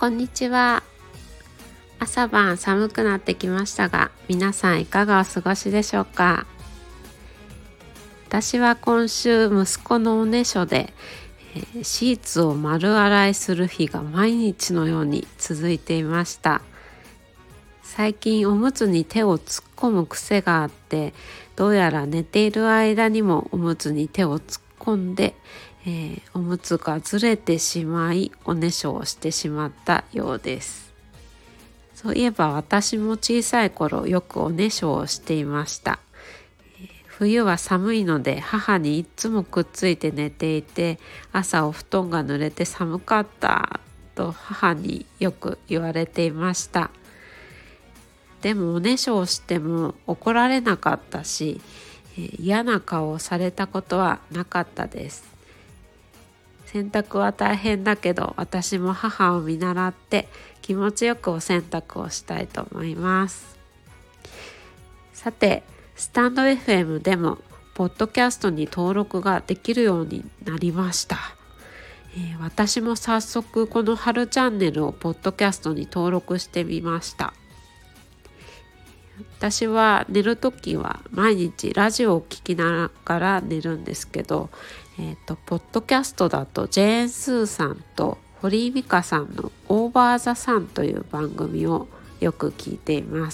こんにちは。朝晩寒くなってきましたが、皆さんいかがお過ごしでしょうか。私は今週息子のおねしょで、シーツを丸洗いする日が毎日のように続いていました。最近おむつに手を突っ込む癖があって、どうやら寝ている間にもおむつに手を突っ込んで、おむつがずれてしまいおねしょをしてしまったようです。そういえば私も小さい頃よくおねしょをしていました。冬は寒いので母にいつもくっついて寝ていて、朝お布団が濡れて寒かったと母によく言われていました。でもおねしょをしても怒られなかったし、嫌な顔をされたことはなかったです。洗濯は大変だけど、私も母を見習って気持ちよくお洗濯をしたいと思います。さて、スタンド FM でもポッドキャストに登録ができるようになりました。私も早速この春チャンネルをポッドキャストに登録してみました。私は寝るときは毎日ラジオを聞きながら寝るんですけど、ポッドキャストだとジェーン・スーさんと堀井美香さんのオーバー・ザ・サンという番組をよく聞いています。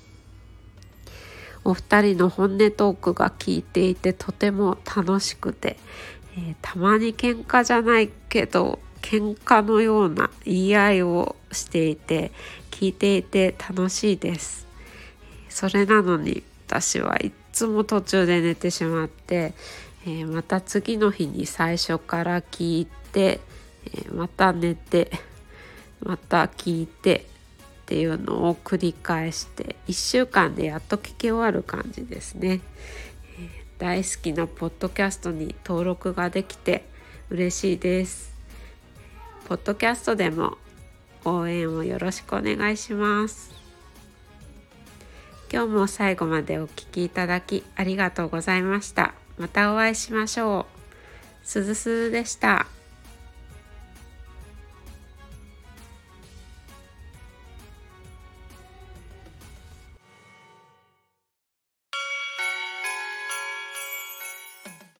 お二人の本音トークが聞いていてとても楽しくて、たまに喧嘩じゃないけど喧嘩のような言い合いをしていて、聞いていて楽しいです。それなのに私はいつも途中で寝てしまって、また次の日に最初から聞いて、また寝てまた聞いてっていうのを繰り返して1週間でやっと聞き終わる感じですね。大好きなポッドキャストに登録ができて嬉しいです。ポッドキャストでも応援をよろしくお願いします。今日も最後までお聞きいただきありがとうございました。またお会いしましょう。すずすずでした。